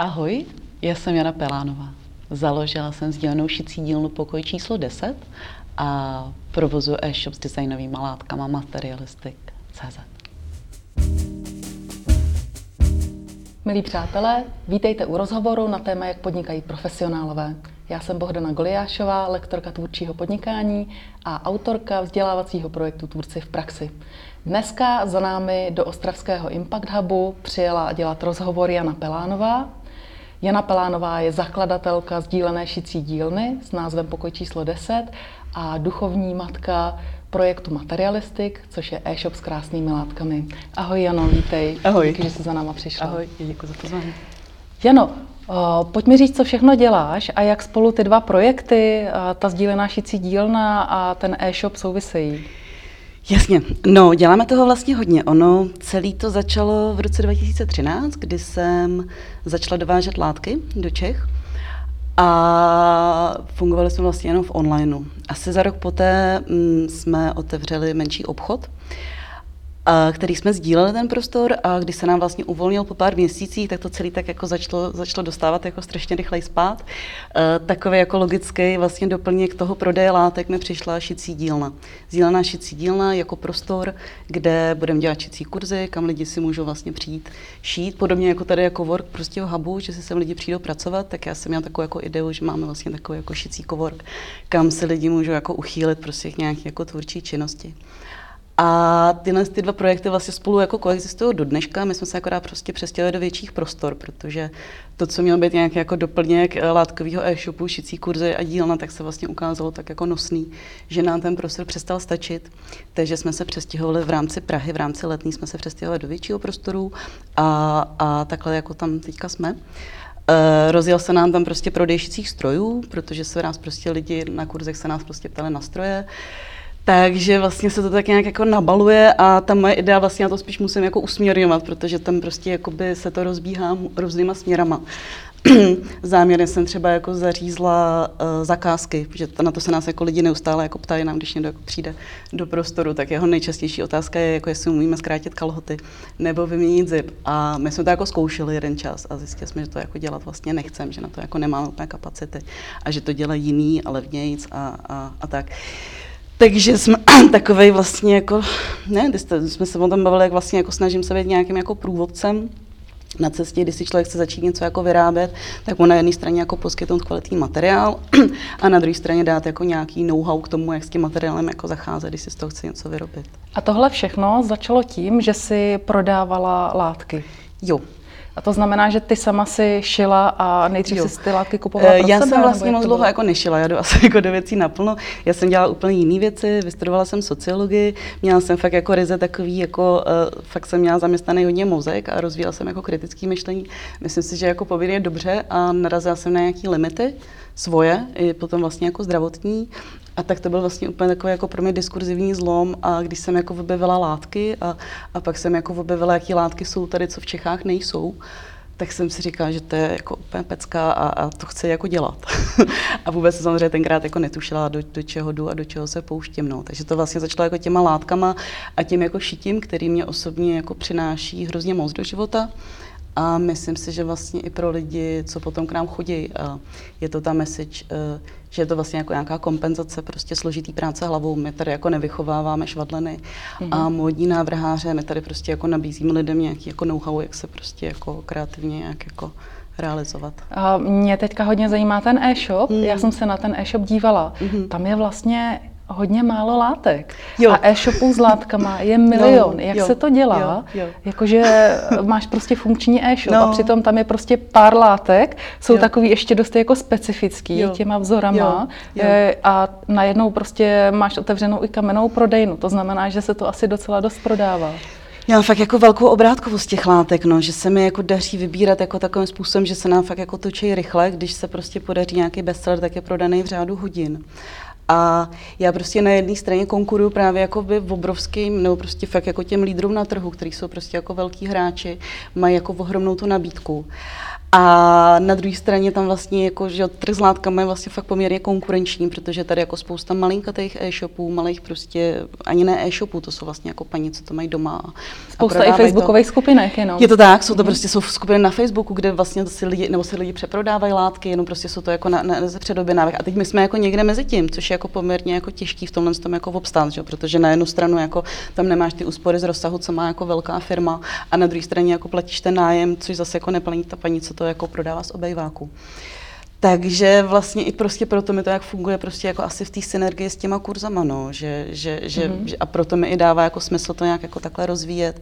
Ahoj, já jsem Jana Pelánová. Založila jsem sdílenou šicí dílnu Pokoj číslo 10 a provozuji e-shop s designovými látkama Materialistic.cz. Milí přátelé, vítejte u rozhovoru na téma, jak podnikají profesionálové. Já jsem Bohdana Goliášová, lektorka tvůrčího podnikání a autorka vzdělávacího projektu Tvůrci v praxi. Dneska za námi do ostravského Impact Hubu přijela dělat rozhovor Jana Pelánová. Jana Pelánová je zakladatelka sdílené šicí dílny s názvem Pokoj číslo 10 a duchovní matka projektu Materialistic, což je e-shop s krásnými látkami. Ahoj Jano, vítej. Ahoj. Díky, že jsi za náma přišla. Ahoj, děkuji za pozvání. Jano, pojď mi říct, co všechno děláš a jak spolu ty dva projekty, ta sdílená šicí dílna a ten e-shop souvisejí. Jasně, no děláme toho vlastně hodně. Ono celé to začalo v roce 2013, kdy jsem začala dovážet látky do Čech a fungovali jsme vlastně jenom v onlineu. Asi za rok poté jsme otevřeli menší obchod, který jsme sdíleli ten prostor, a když se nám vlastně uvolnil po pár měsících, tak to celé tak jako začalo dostávat jako strašně rychlej spát. Takový jako logický vlastně doplněk toho prodeje látek mi přišla šicí dílna. Sdílená šicí dílna jako prostor, kde budeme dělat šicí kurzy, kam lidi si můžou vlastně přijít šít. Podobně jako tady jako work prostě v hubu, že si sem lidi přijdou pracovat, tak já jsem měla takovou jako ideu, že máme vlastně takový jako šicí cowork, kam se lidi můžou jako uchýlit prostě k nějaké jako tvůrčí činnosti. A ty dva projekty vlastně spolu jako koexistují do dneška. My jsme se akorát prostě přestěhovali do větších prostor, protože to, co mělo být nějaký jako doplněk látkového e-shopu, šicí kurzy a dílna, tak se vlastně ukázalo tak jako nosný, že nám ten prostor přestal stačit. Takže jsme se přestěhovali v rámci Prahy, v rámci Letný jsme se přestěhovali do většího prostoru a takhle jako tam teďka jsme. Rozjel se nám tam prostě prodej šicích strojů, protože se nás prostě lidi na kurzech se nás prostě ptali na stroje. Takže vlastně se to tak nějak jako nabaluje a ta moje idea vlastně já to spíš musím jako usměrňovat, protože tam prostě jakoby se to rozbíhá různýma směrama. Záměrně jsem třeba jako zařízla zakázky, protože na to se nás jako lidi neustále jako ptají nám, když někdo jako přijde do prostoru, tak jeho nejčastější otázka je, jako jestli umíme zkrátit kalhoty nebo vyměnit zip. A my jsme to jako zkoušeli jeden čas a zjistili jsme, že to jako dělat vlastně nechcem, že na to jako nemáme úplně kapacity a že to dělají jiný a levnějc a tak. Takže jsme takovej vlastně jako, ne, jsme se o tom bavili, jak vlastně jako snažím se být nějakým jako průvodcem na cestě, když si člověk chce začít něco jako vyrábět, tak mu na jedné straně jako poskytnout kvalitní materiál a na druhé straně dát jako nějaký know-how k tomu, jak s tím materiálem jako zacházet, když si z toho chce něco vyrobit. A tohle všechno začalo tím, že si prodávala látky. Jo. A to znamená, že ty sama si šila a nejdřív si ty látky kupovala pro já sebe? jsem vlastně moc dlouho jako nešila, já jdu asi jako do věcí naplno. Já jsem dělala úplně jiné věci, vystudovala jsem sociologii, měla jsem fakt jako ryze takový, jako fakt jsem měla zaměstnaný hodně mozek a rozvíjela jsem jako kritické myšlení. Myslím si, že jako pověd je dobře a narazila jsem na nějaké limity svoje, i potom vlastně jako zdravotní. A tak to byl vlastně úplně takový jako pro mě diskurzivní zlom a když jsem jako objevila látky a pak jsem jako objevila, jaký látky jsou tady, co v Čechách nejsou, tak jsem si říkala, že to je jako úplně pecka a to chci jako dělat. A vůbec samozřejmě tenkrát jako netušila, do čeho jdu a do čeho se pouštím. No. Takže to vlastně začalo jako těma látkama a tím jako šitím, který mě osobně jako přináší hrozně moc do života. A myslím si, že vlastně i pro lidi, co potom k nám chodí, je to ta message, že je to vlastně jako nějaká kompenzace prostě složitý práce hlavou. My tady jako nevychováváme švadleny a módní návrháře, my tady prostě jako nabízíme lidem nějaký jako know-how, jak se prostě jako kreativně nějak jako realizovat. A mě teďka hodně zajímá ten e-shop. Já jsem se na ten e-shop dívala. Tam je vlastně hodně málo látek. Jo. A e-shopů s látkama je milion. Jak se to dělá? Jakože máš prostě funkční e-shop a přitom tam je prostě pár látek, jsou takový ještě dost jako specifický těma vzorama a najednou prostě máš otevřenou i kamennou prodejnu. To znamená, že se to asi docela dost prodává. Já mám fakt jako velkou obrátkovost těch látek, no, že se mi jako daří vybírat jako takovým způsobem, že se nám fakt jako točí rychle, když se prostě podaří nějaký bestseller, tak je prodaný v řádu hodin. A já prostě na jedné straně konkuruju právě jako v obrovským, nebo prostě fakt jako těm lídrům na trhu, kteří jsou prostě jako velký hráči, mají jako ohromnou tu nabídku. A na druhé straně tam vlastně jako, že trh s látkami je vlastně fakt poměrně konkurenční, protože tady jako spousta malinkatých e-shopů, malých prostě ani ne e-shopů, to jsou vlastně jako paní, co to mají doma. Spousta i facebookových skupinek jenom. Je to tak, jsou to prostě jsou skupiny na Facebooku, kde vlastně si lidi přeprodávají látky, jenom prostě jsou to jako na předobědnávek. A teď my jsme jako někde mezi tím, což je jako poměrně jako těžký v tomhle tom jako obstát, že? Protože na jednu stranu jako tam nemáš ty úspory z rozsahu, co má jako velká firma, a na druhé straně jako platíš ten nájem, což zase jako neplatí ta paní, co to jako prodává z obejváku. Takže vlastně i prostě proto mi to jak funguje prostě jako asi v té synergii s těma kurzama, no, a proto mi i dává jako smysl to nějak jako takhle rozvíjet.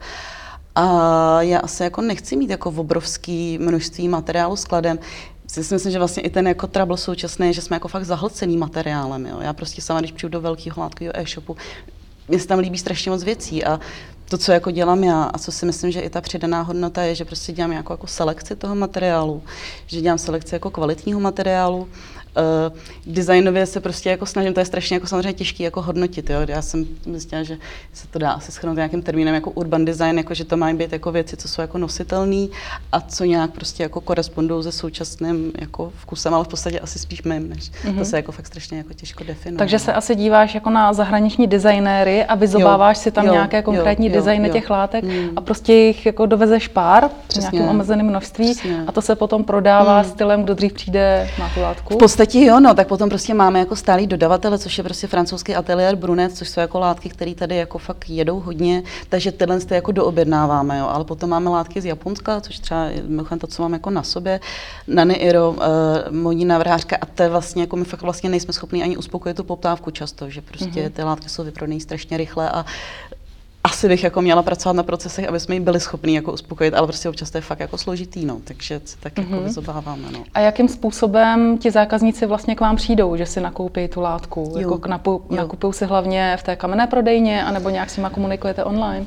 A já asi jako nechci mít jako obrovský množství materiálu skladem. Já si myslím, že vlastně i ten jako trouble současný je, že jsme jako fakt zahlcený materiálem. Jo. Já prostě sama, když přijdu do velkého látkového e-shopu, mně se tam líbí strašně moc věcí a to, co jako dělám já a co si myslím, že i ta přidaná hodnota je, že prostě dělám jako selekci toho materiálu, že dělám selekci jako kvalitního materiálu. Designově se prostě jako snažím, to je strašně jako samozřejmě těžký jako hodnotit, jo. Já jsem myslela, že se to dá asi shrnout nějakým termínem jako urban design, jako že to mají být jako věci, co jsou jako nositelné a co nějak prostě jako korespondují se současným jako vkusem, ale v podstatě asi spíš mým, než to se jako fakt strašně jako těžko definuje. Takže se asi díváš jako na zahraniční designéry a vyzobáváš si tam nějaké konkrétní designy těch látek a prostě jich jako dovezeš pár v nějakém omezeném množství a to se potom prodává stylem, kdo dřív přijde na tu látku. V podstatě jo, no, tak potom prostě máme jako stálý dodavatele, což je prostě francouzský ateliér Brunet, což jsou jako látky, které tady jako fakt jedou hodně, takže tyhle jako doobjednáváme, jo, ale potom máme látky z Japonska, což třeba mimochodem to, co mám jako na sobě, Nany Iro, modní návrhářka, a to je vlastně jako my fakt vlastně nejsme schopni ani uspokojit tu poptávku často, že prostě ty látky jsou vyprodané strašně rychle a asi bych jako měla pracovat na procesech, aby jsme ji byli schopni jako uspokojit, ale prostě občas to je fakt jako složitý, no, takže se tak jako vyzobáváme, no. A jakým způsobem ti zákazníci vlastně k vám přijdou, že si nakoupí tu látku? Jako nakupují si hlavně v té kamenné prodejně, anebo nějak s nima komunikujete online?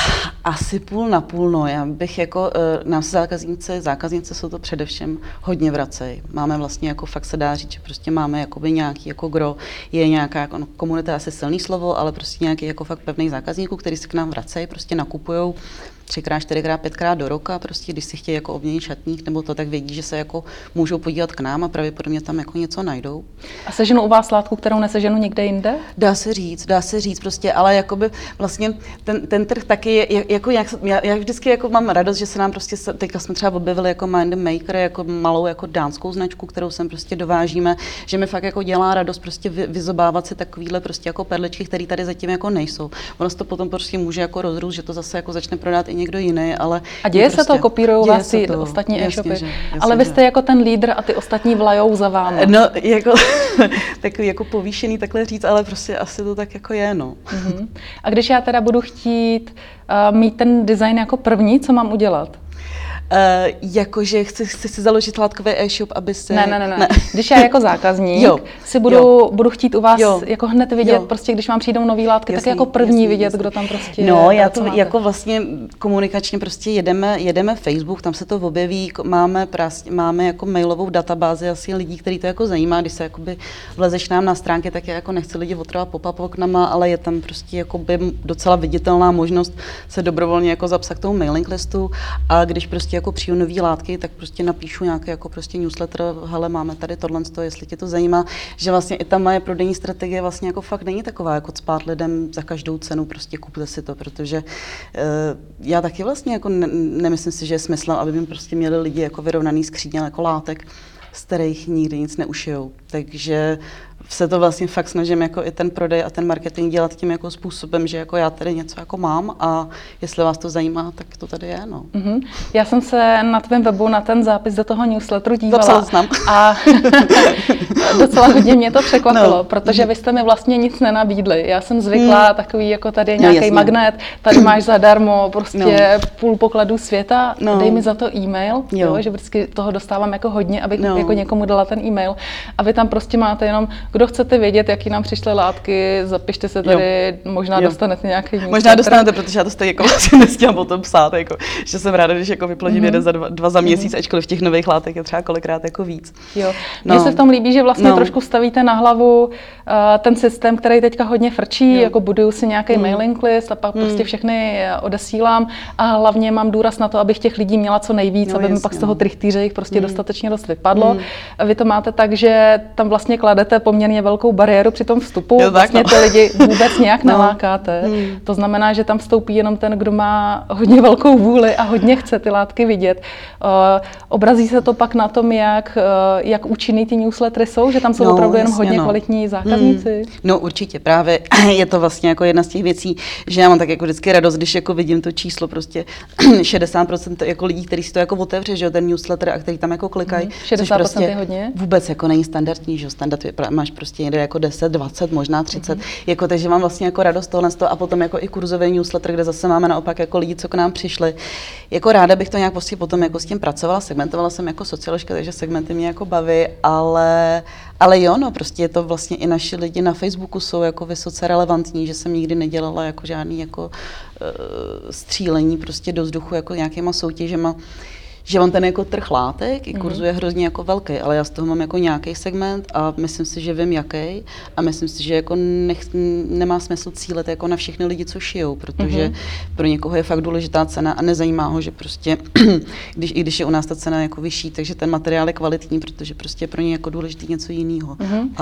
Asi půl na půl, no. Já bych jako, nám se zákazníci jsou to především hodně vracej. Máme vlastně jako fakt se dá říct, že prostě máme jakoby nějaký jako gro, je nějaká jako, no, komunita, asi silný slovo, ale prostě nějaký jako fakt pevný zákazníků, který se k nám vracejí, prostě nakupujou 3x, 4x, 5x do roka, prostě když si chtějí jako obměnit šatník nebo to, tak vědí, že se jako můžou podívat k nám a pravděpodobně tam jako něco najdou. A seženu u vás látku, kterou neseženu někde jinde? Dá se říct prostě, ale jakoby vlastně ten trh taky je, jako já vždycky jako mám radost, že se nám prostě, teďka jsme třeba objevili jako Mind Maker, jako malou jako dánskou značku, kterou sem prostě dovážíme, že mi fakt jako dělá radost prostě vyzobávat si takovýhle prostě jako perličky, které tady zatím jako nejsou. Ono se to potom prostě může jako rozrůst, že to zase jako začne prodat i někdo jiný, ale... A děje se to, kopírují vás ty ostatní e-shopy, ale vy jste jako ten lídr a ty ostatní vlajou za vámi. No, jako takový jako povýšený takhle říct, ale prostě asi to tak jako je, no. A když já teda budu chtít mít ten design jako první, co mám udělat? Jakože chci si založit látkový e-shop, aby se... Ne. Když já jako zákazník si budu chtít u vás jako hned vidět, prostě když vám přijdou nový látky, tak jako první vidět, kdo tam prostě je. No, já to jako vlastně komunikačně prostě jedeme Facebook, tam se to objeví, máme jako mailovou databázi asi lidí, který to jako zajímá, když se jakoby vlezeš nám na stránky, tak já jako nechci lidi otrvat pop-up oknama, ale je tam prostě jakoby docela viditelná možnost se dobrovolně jako zapsat k tomu mailing listu, a když prostě jako přijdu nový látky, tak prostě napíšu nějaký jako prostě newsletter, hele, máme tady tohle, jestli tě to zajímá, že vlastně i ta moje prodejní strategie vlastně jako fakt není taková, jako cpát lidem za každou cenu, prostě kupte si to, protože já taky vlastně jako nemyslím si, že je smysl, aby mi prostě měli lidi jako vyrovnaný skříně jako látek, z kterých nikdy nic neušijou. Takže se to vlastně fakt snažím jako i ten prodej a ten marketing dělat tím jako způsobem, že jako já tady něco jako mám a jestli vás to zajímá, tak to tady je, no. Já jsem se na tvém webu na ten zápis do toho newsletteru dívala a docela hodně mě to překvapilo, protože vy jste mi vlastně nic nenabídli. Já jsem zvyklá takový, jako tady je nějaký magnet, tady máš zadarmo prostě půl pokladu světa, dej mi za to e-mail, že vždycky toho dostávám jako hodně, abych jako někomu dala ten e-mail a vy tam prostě máte jenom Kdo chcete vědět, jaký nám přišly látky, zapište se tady, možná dostanete nějaký newsletter. Možná dostanete, protože já to stejně jako vlastně nestíhám potom psát, jako, že jsem ráda, když jako vyplodím jeden za dva za měsíc, ačkoliv těch nových látek je třeba kolikrát jako víc. Jo. Mně se v tom líbí, že vlastně trošku stavíte na hlavu ten systém, který teďka hodně frčí, jako buduju si nějaký mailing list a pak prostě všechny odesílám a hlavně mám důraz na to, abych těch lidí měla co nejvíc, aby mi pak z toho trichtýře jich prostě dostatečně dost vypadlo. Vy to máte tak, že tam vlastně kladete poměrně velkou bariéru při tom vstupu, vlastně ty lidi vůbec nějak nelákáte. To znamená, že tam vstoupí jenom ten, kdo má hodně velkou vůli a hodně chce ty látky vidět. Obrazí se to pak na tom, jak účinný ty newslettery jsou, že tam jsou opravdu jenom hodně kvalitní zákazníci? No určitě, právě je to vlastně jako jedna z těch věcí, že já mám tak jako vždycky radost, když jako vidím to číslo prostě 60% jako lidí, kteří si to jako otevře, že jo, ten newsletter a který tam jako klikají. 60% prostě je hodně? Vůbec jako není standardní, že jo, standard máš prostě někde jako 10, 20, možná 30, jako takže mám vlastně jako radost tohle a potom jako i kurzový newsletter, kde zase máme naopak jako lidi, co k nám přišli. Jako ráda bych to nějak prostě potom jako s tím pracovala, segmentovala jsem jako socioložka, takže segmenty mě jako baví, ale jo, no prostě je to vlastně i naši lidi na Facebooku jsou jako vysoce relevantní, že jsem nikdy nedělala jako žádný jako střílení prostě do vzduchu jako nějakýma soutěžema, že on ten jako trh látek i kurzu je hrozně jako velký, ale já z toho mám jako nějaký segment a myslím si, že vím jaký a myslím si, že jako nemá smysl cílet jako na všechny lidi, co šijou, protože pro někoho je fakt důležitá cena a nezajímá ho, že prostě, když je u nás ta cena jako vyšší, takže ten materiál je kvalitní, protože prostě pro ně jako důležitý něco jiného.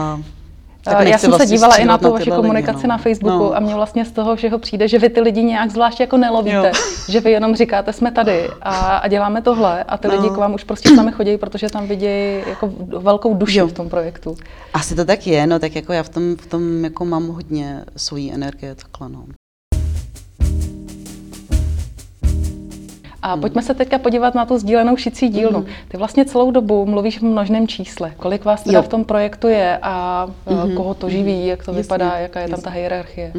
Já jsem se dívala i na tu vaši komunikaci na Facebooku a mě vlastně z toho, že ho přijde, že vy ty lidi nějak zvlášť jako nelovíte, že vy jenom říkáte, jsme tady a děláme tohle a ty lidi k vám už prostě sami chodí, protože tam vidějí jako velkou duši v tom projektu. Asi to tak je, no tak jako já v tom jako mám hodně svojí energie takhle, no. A pojďme se teďka podívat na tu sdílenou šicí dílnu. Ty vlastně celou dobu mluvíš v množném čísle. Kolik vás teda v tom projektu je a koho to živí, jak to vypadá, jaká je tam ta hierarchie?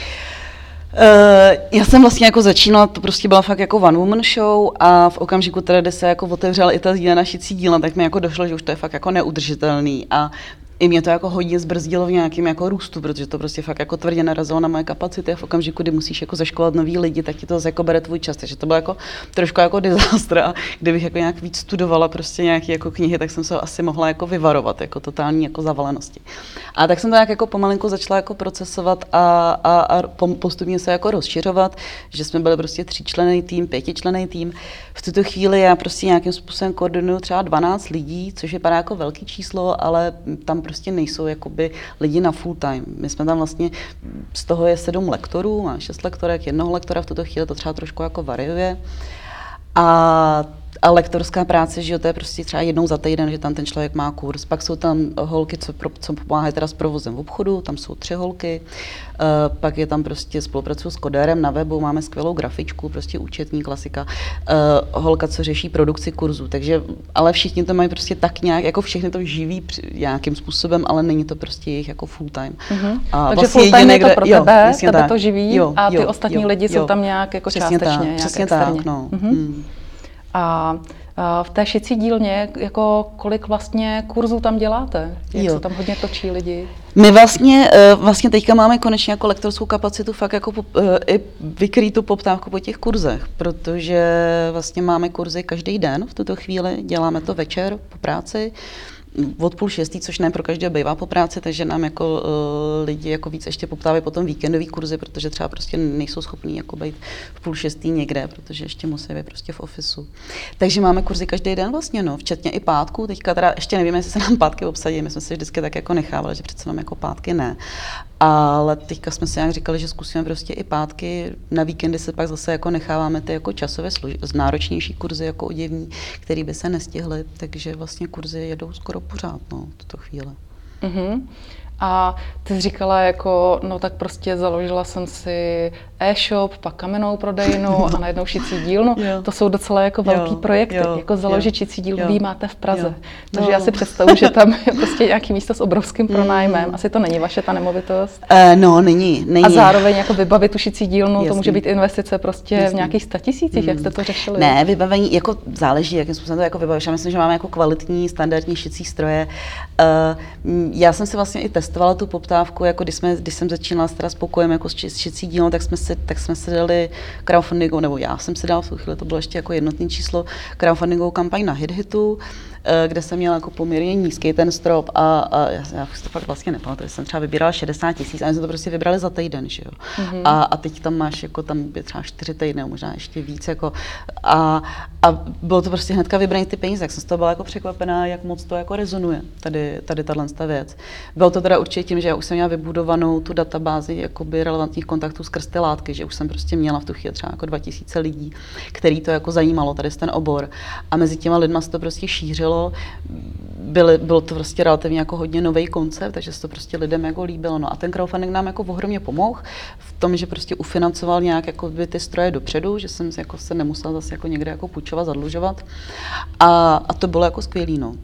Já jsem vlastně jako začínala, to prostě byla fakt jako one woman show a v okamžiku teda, kdy se jako otevřela i ta sdílená šicí dílna, tak mi jako došlo, že už to je fakt jako neudržitelný a i mě to jako hodně zbrzdilo v nějakém jako růstu, protože to prostě fakt jako tvrdě narazilo na moje kapacity a v okamžiku, kdy musíš jako zaškolovat nový lidi, tak ti to jako bere tvůj čas, takže to bylo jako trošku jako disaster a kdybych jako nějak víc studovala prostě nějaké jako knihy, tak jsem se asi mohla jako vyvarovat jako totální jako zavalenosti. A tak jsem to nějak jako pomalinku začala jako procesovat a postupně se jako rozšiřovat, že jsme byli prostě 3členný tým, 5členný tým. V tuto chvíli já prostě nějakým způsobem koordinuju třeba 12 lidí, což vypadá jako velký číslo, ale tam prostě nejsou jakoby lidi na full time. My jsme tam vlastně, z toho je 7 lektorů, má 6 lektorek, 1 lektora, v tuto chvíli to třeba trošku jako variuje. A lektorská práce, že jo, to je prostě třeba jednou za týden, že tam ten člověk má kurz. Pak jsou tam holky, co pomáhají teda s provozem v obchodu, tam jsou 3 holky. Pak je tam prostě spolupracuju s kodérem na webu, máme skvělou grafičku, prostě účetní klasika. Holka, co řeší produkci kurzu, takže, ale všichni to mají prostě tak nějak, jako všechny to živí nějakým způsobem, ale není to prostě jejich jako full time. A takže vlastně full time je to pro tebe to živí a ty ostatní lidi jsou tam nějak jako částečně, přesně externě. Tak, no. A v té šicí dílně, jako kolik vlastně kurzů tam děláte? Jak se tam hodně točí lidi? My vlastně teďka máme konečně jako lektorskou kapacitu fakt jako i vykrýt tu poptávku po těch kurzech, protože vlastně máme kurzy každý den v tuto chvíli, děláme to večer po práci, od 5:30, což ne pro každého bývá po práci, takže nám jako lidi jako víc ještě poptávají potom víkendový kurzy, protože třeba prostě nejsou schopní jako být v 5:30 někde, protože ještě musí být prostě v ofisu. Takže máme kurzy každý den vlastně, no, včetně i pátku. Teďka teda ještě nevíme, jestli se nám pátky obsadí, my jsme si vždycky tak jako nechávali, že přece nám jako pátky ne. Ale teďka jsme si nějak říkali, že zkusíme prostě i pátky, na víkendy se pak zase jako necháváme ty jako časové náročnější kurzy jako oděvní, které by se nestihly, takže vlastně kurzy jedou skoro pořád, no, v tuto chvíli. A ty jsi říkala jako, no tak prostě založila jsem si e-shop, pak kamennou prodejnu a najednou šicí dílnu. To jsou docela jako velký projekty, jako založit šicí dílnu, vy máte v Praze. Takže já si představuji, že tam je prostě nějaký místo s obrovským pronájmem. Asi to není vaše ta nemovitost? No, není. A zároveň jako vybavit tu šicí dílnu, to může být investice prostě v nějakých 100 000, jak jste to řešili? Ne, vybavení, jako záleží, jakým způsobem to jako vybavíš. Já myslím, že máme jako kvalitní, standardní šicí stroje. Já jsem si vlastně i testovala tu poptávku, jako když jsem začínala s pokojem jako s šicí dílnou, tak jsme si dali crowdfundingovou, nebo já jsem si dala v tu chvíli, to bylo ještě jako jednotné číslo, crowdfundingovou kampaň na HitHitu, kde jsem měla jako poměrně nízký ten strop a já to fakt vlastně nepamatuji, jsem třeba vybírala 60 000 a my jsme to prostě vybrali za týden, že jo. A teď tam máš jako tam je třeba 4 týdny, možná ještě víc jako a bylo to prostě hnedka vybraný ty peníze, jak jsem z toho byla jako překvapená, jak moc to jako rezonuje, tady tato věc. Bylo to teda určitě tím, že já už jsem měla vybudovanou tu databázi jakoby relevantních kontaktů skrz ty látky, že už jsem prostě měla v tu chvíli třeba jako 2000 lidí, který to jako zajímalo, tady ten obor a mezi těma lidma se to prostě šířilo. Bylo to prostě relativně jako hodně nový koncept, takže se to prostě lidem jako líbilo. No a ten crowdfunding nám jako ohromně pomohl v tom, že prostě ufinancoval nějak jako by ty stroje dopředu, že jsem jako se nemusela zase jako někde jako půjčovat, zadlužovat. A to bylo jako skvělý, no.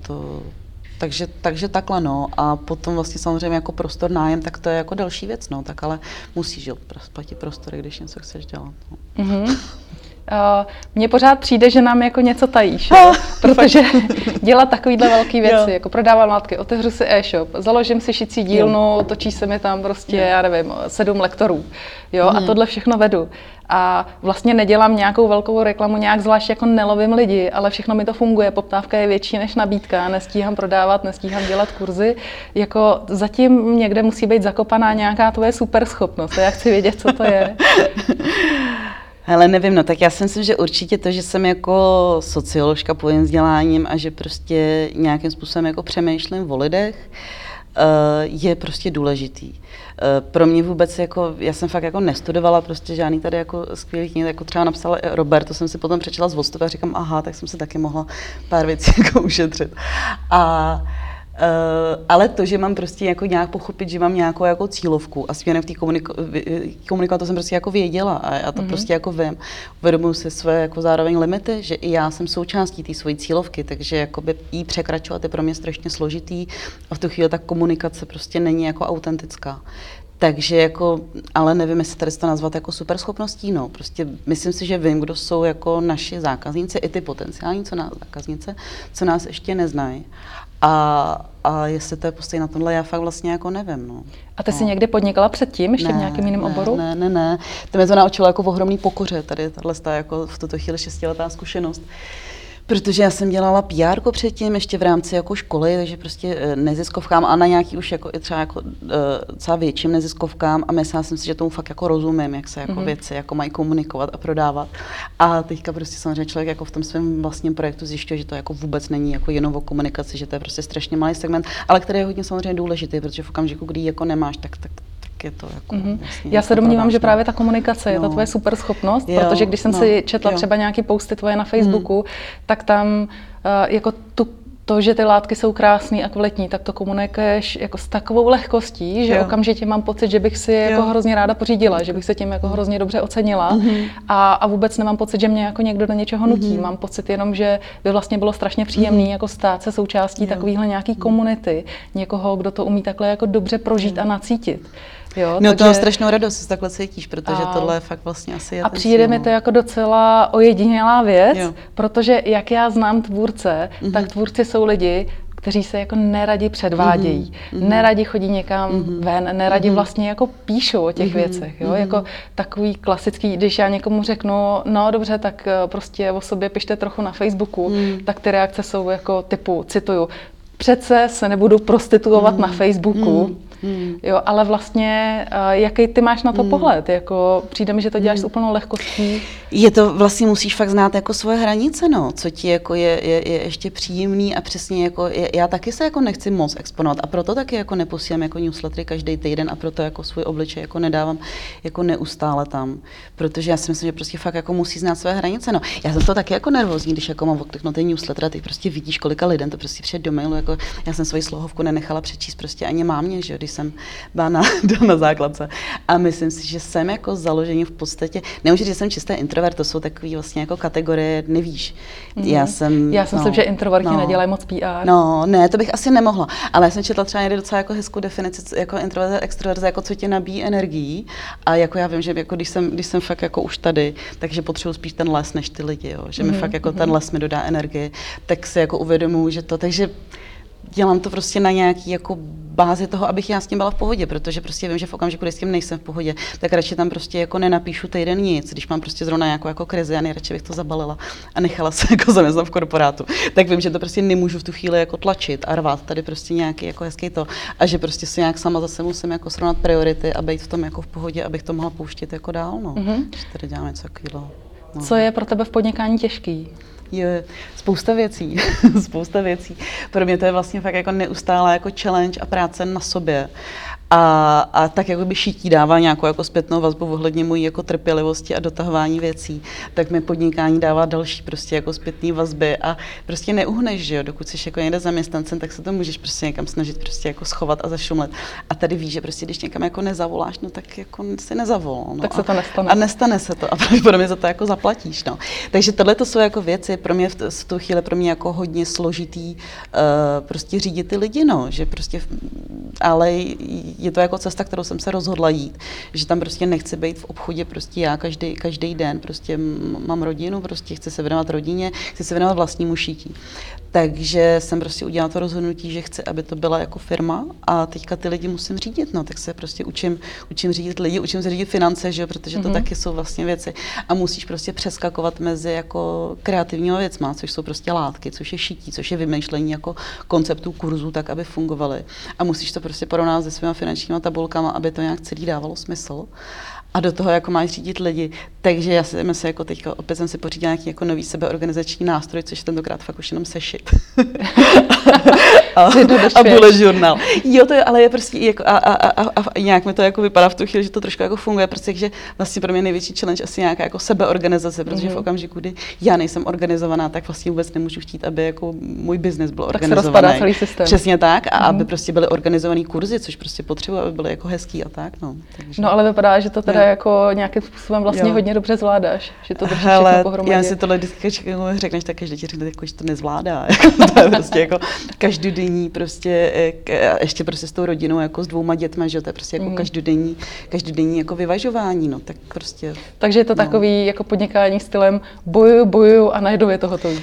Takže takhle, no. A potom vlastně samozřejmě jako prostor, nájem, tak to je jako další věc, no. Tak ale musíš platit prostory, když něco chceš dělat. No. Mm-hmm. Mně pořád přijde, že nám jako něco tajíš, protože dělat takovýhle velké věci, jako prodávám látky, otevřu si e-shop, založím si šicí dílnu, točí se mi tam prostě, já nevím, 7 lektorů, jo, a tohle všechno vedu. A vlastně nedělám nějakou velkou reklamu, nějak zvlášť jako nelovím lidi, ale všechno mi to funguje, poptávka je větší než nabídka, nestíhám prodávat, nestíhám dělat kurzy, jako zatím někde musí být zakopaná nějaká tvoje super schopnost a já chci vědět, co to je. Hele, nevím, no tak já si myslím, že určitě to, že jsem jako socioložka po vzděláním a že prostě nějakým způsobem jako přemýšlím o lidech, je prostě důležitý. Pro mě vůbec jako, já jsem fakt jako nestudovala prostě žádný tady jako skvělý knihy, jako třeba napsal Robert, to jsem si potom přečetla z Vostovu a říkám, aha, tak jsem si taky mohla pár věcí jako ušetřit. Ale to, že mám prostě jako nějak pochopit, že mám nějakou jako cílovku a směrem v té komunikovat, to jsem prostě jako věděla a já to prostě jako vím. Uvědomuji si své jako zároveň limity, že i já jsem součástí té svojí cílovky, takže jakoby jí překračovat je pro mě strašně složitý a v tu chvíli ta komunikace prostě není jako autentická. Takže jako, ale nevím, jestli tady se to nazvat jako super schopností, no. Prostě myslím si, že vím, kdo jsou jako naši zákazníci, i ty potenciální zákaznice, co nás ještě neznají. A jestli to je prostě na tomhle, já fakt vlastně jako nevím, no. A ty jsi někdy podnikala předtím, ještě v nějakém jiném oboru? Ne. To mě to naučilo jako v ohromný pokoře, tady tahle jako v tuto chvíli 6letá zkušenost. Protože já jsem dělala PR předtím, ještě v rámci jako školy, takže prostě neziskovkám a na nějaký už jako i třeba jako docela větším neziskovkám a myslela jsem si, že tomu fakt jako rozumím, jak se jako věci jako mají komunikovat a prodávat. A teďka prostě samozřejmě člověk jako v tom svém vlastním projektu zjišťuje, že to jako vůbec není jako jenom o komunikaci, že to je prostě strašně malý segment, ale který je hodně samozřejmě důležitý, protože v okamžiku, kdy ji jako nemáš, tak je to jako vlastně já se domnívám, že právě ta komunikace je ta tvoje super schopnost, protože když jsem si četla třeba nějaký posty tvoje na Facebooku, tak tam jako to, že ty látky jsou krásné a kvalitní, tak to komunikuješ jako s takovou lehkostí, že okamžitě mám pocit, že bych si jako hrozně ráda pořídila, že bych se tím jako hrozně dobře ocenila a vůbec nemám pocit, že mě jako někdo do něčeho nutí. Mám pocit jenom, že by vlastně bylo strašně příjemný jako stát se součástí takovýhle nějaký komunity, někoho, kdo to umí takhle jako dobře prožít a nacítit. Jo, no to mám strašnou radost, že takhle cítíš, protože tohle je fakt vlastně asi a přijde mi to jako docela ojedinělá věc, protože jak já znám tvůrce, tak tvůrci jsou lidi, kteří se jako neradi předvádějí, neradi chodí někam ven, neradi vlastně jako píšou o těch věcech, jo? Jako takový klasický, když já někomu řeknu, no dobře, tak prostě o sobě pište trochu na Facebooku, tak ty reakce jsou jako typu, cituju, přece se nebudu prostituovat na Facebooku, jo, ale vlastně, jaký ty máš na to pohled? Jako, přijde mi, že to děláš s úplnou lehkostí. Je to, vlastně musíš fakt znát jako svoje hranice, no, co ti jako je ještě příjemný a přesně jako, já taky se jako nechci moc exponovat a proto taky jako neposílám jako newslettery každý týden a proto jako svůj obličej jako nedávám jako neustále tam, protože já si myslím, že prostě fakt jako musí znát své hranice, no. Já jsem to taky jako nervózní, když jako mám odkliknutý newsletter a ty prostě vidíš, kolika lidem to prostě přijde do mailu, jako já jsem svoji slohovku nenechala přečíst prostě ani mámě, že když jsem byla na základce. A myslím si, že jsem jako založení v podstatě, nemůžu říct, že jsem čistý introvert, to jsou takový vlastně jako kategorie, nevíš. Já si myslím, že introverti nedělají moc PR. No, ne, to bych asi nemohla. Ale já jsem četla třeba někdy docela jako hezkou definici jako introverze, extroverze, jako co ti nabíjí energií. A jako já vím, že jako když jsem fakt jako už tady, takže potřebuji spíš ten les než ty lidi, jo. Že mi fakt jako ten les mi dodá energii, tak si jako uvědomuji, že to, takže dělám to prostě na nějaký jako bázi toho, abych já s tím byla v pohodě, protože prostě vím, že v okamžiku, kdy s tím nejsem v pohodě, tak radši tam prostě jako nenapíšu týden nic, když mám prostě zrovna nějakou jako krizi a nejradši bych to zabalila a nechala se jako zaměstnat v korporátu. Tak vím, že to prostě nemůžu v tu chvíli jako tlačit a rvát tady prostě nějaký jako hezký to a že prostě si nějak sama zase musím jako srovnat priority a být v tom jako v pohodě, abych to mohla pouštět jako dál, no. Že tady děláme něco takového. No. Co je pro tebe v podnikání těžký? Je spousta věcí, spousta věcí. Pro mě to je vlastně fakt jako neustálá jako challenge a práce na sobě. A tak jako by šití dává nějakou jako zpětnou vazbu ohledně mojí jako trpělivosti a dotahování věcí, tak mi podnikání dává další prostě jako zpětné vazby a prostě neuhneš, že jo, dokud jsi jako někde zaměstnancem, tak se to můžeš prostě někam snažit prostě jako schovat a zašumlet. A tady víš, že prostě když někam jako nezavoláš, no tak jako si nezavolal. No, tak se to nestane. A nestane se to a pravděpodobně za to jako zaplatíš, no. Takže tohle to jsou jako věci pro mě v tu chvíli pro mě jako hodně složitý prostě řídit ty lidi, no, že prostě ale je to jako cesta, kterou jsem se rozhodla jít, že tam prostě nechci být v obchodě prostě já každý den, prostě mám rodinu, prostě chci se věnovat rodině, chci se věnovat vlastnímu šití. Takže jsem prostě udělala to rozhodnutí, že chci, aby to byla jako firma a teďka ty lidi musím řídit, no, tak se prostě učím řídit lidi, učím se řídit finance, že jo, protože to taky jsou vlastně věci a musíš prostě přeskakovat mezi jako kreativními věcma, což jsou prostě látky, což je šití, což je vymýšlení jako konceptů kurzů tak, aby fungovaly a musíš to prostě porovnat se svýma finančníma tabulkama, aby to nějak celý dávalo smysl. A do toho jako máš řídit lidi. Takže já jsem si jako teďka opět jsem si pořídila nějaký jako nový sebeorganizační nástroj, což je tentokrát fakt už jenom sešit. a bullet journal. Jo, to je, ale je prostě jako a nějak mi to jako vypadá v tu chvíli, že to trošku jako funguje, protože že vlastně pro mě největší challenge asi nějaká jako sebeorganizace, protože v okamžiku, kdy já nejsem organizovaná, tak vlastně vůbec nemůžu chtít, aby jako můj biznis byl organizovaný. Tak se rozpadá celý systém. Přesně tak, a aby prostě byly organizovaný kurzy, což prostě potřebuji, aby byly jako hezký a tak, no. Takže. No ale vypadá, že to teda jako nějakým způsobem vlastně hodně dobře zvládáš, že to držíš všechno pohromadě. Já si tohle vždycky řekneš, tak každý ti řekne, jako, že to nezvládá. To je prostě jako každodenní prostě, ještě prostě s tou rodinou, jako s 2 dětmi, že to je prostě jako každodenní jako vyvažování, no, tak prostě. Takže je to takový jako podnikání stylem bojuju a najednou je to hotový.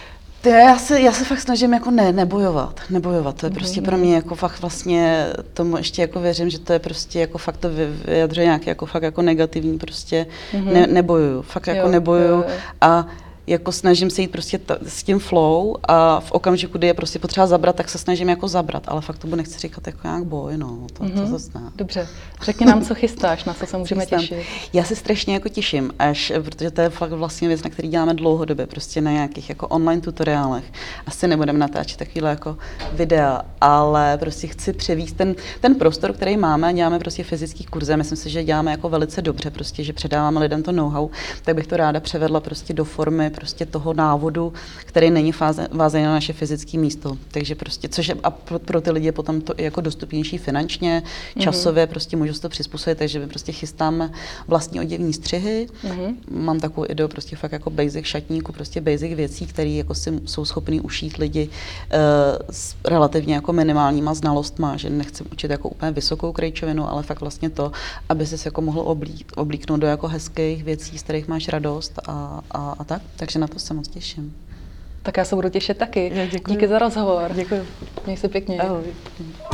Já se fakt snažím jako nebojovat. To je prostě pro mě jako fakt vlastně tomu ještě jako věřím, že to je prostě jako fakt to vyjadřuje nějaký jako fakt jako negativní prostě nebojuju. Fakt jako nebojuju a jako snažím se jít prostě s tím flow a v okamžiku, kdy je prostě potřeba zabrat, tak se snažím jako zabrat, ale fakt tomu nechci říkat jako nějak boj, no, to zase ne. Dobře, řekni nám, co chystáš, na co se můžeme těšit. Já se strašně jako těším, protože to je fakt vlastně věc, na který děláme dlouhodobě, prostě na nějakých jako online tutoriálech. Asi nebudeme natáčet takovýhle jako videa, ale prostě chci převést ten prostor, který máme, a děláme prostě fyzický kurzy. Myslím si, že děláme jako velice dobře, prostě, že předáváme lidem to know-how, tak bych to ráda převedla prostě do formy prostě toho návodu, který není vázaný na naše fyzické místo. Takže prostě, což je, a pro ty lidi je potom to i jako dostupnější finančně, časově, prostě můžu si to přizpůsobit, takže my prostě chystáme vlastní oděvní střihy. Mám takovou ideu prostě fakt jako basic šatníku, prostě basic věcí, které jako si jsou schopní ušít lidi s relativně jako minimálníma znalostma, že nechci učit jako úplně vysokou krejčovinu, ale fakt vlastně to, aby ses jako mohl oblíknout do jako hezkých věcí, z kterých máš radost a tak. Takže na to se moc těším. Tak já se budu těšit taky. Děkuji. Díky za rozhovor. Děkuji. Měj se pěkně. Ahoj.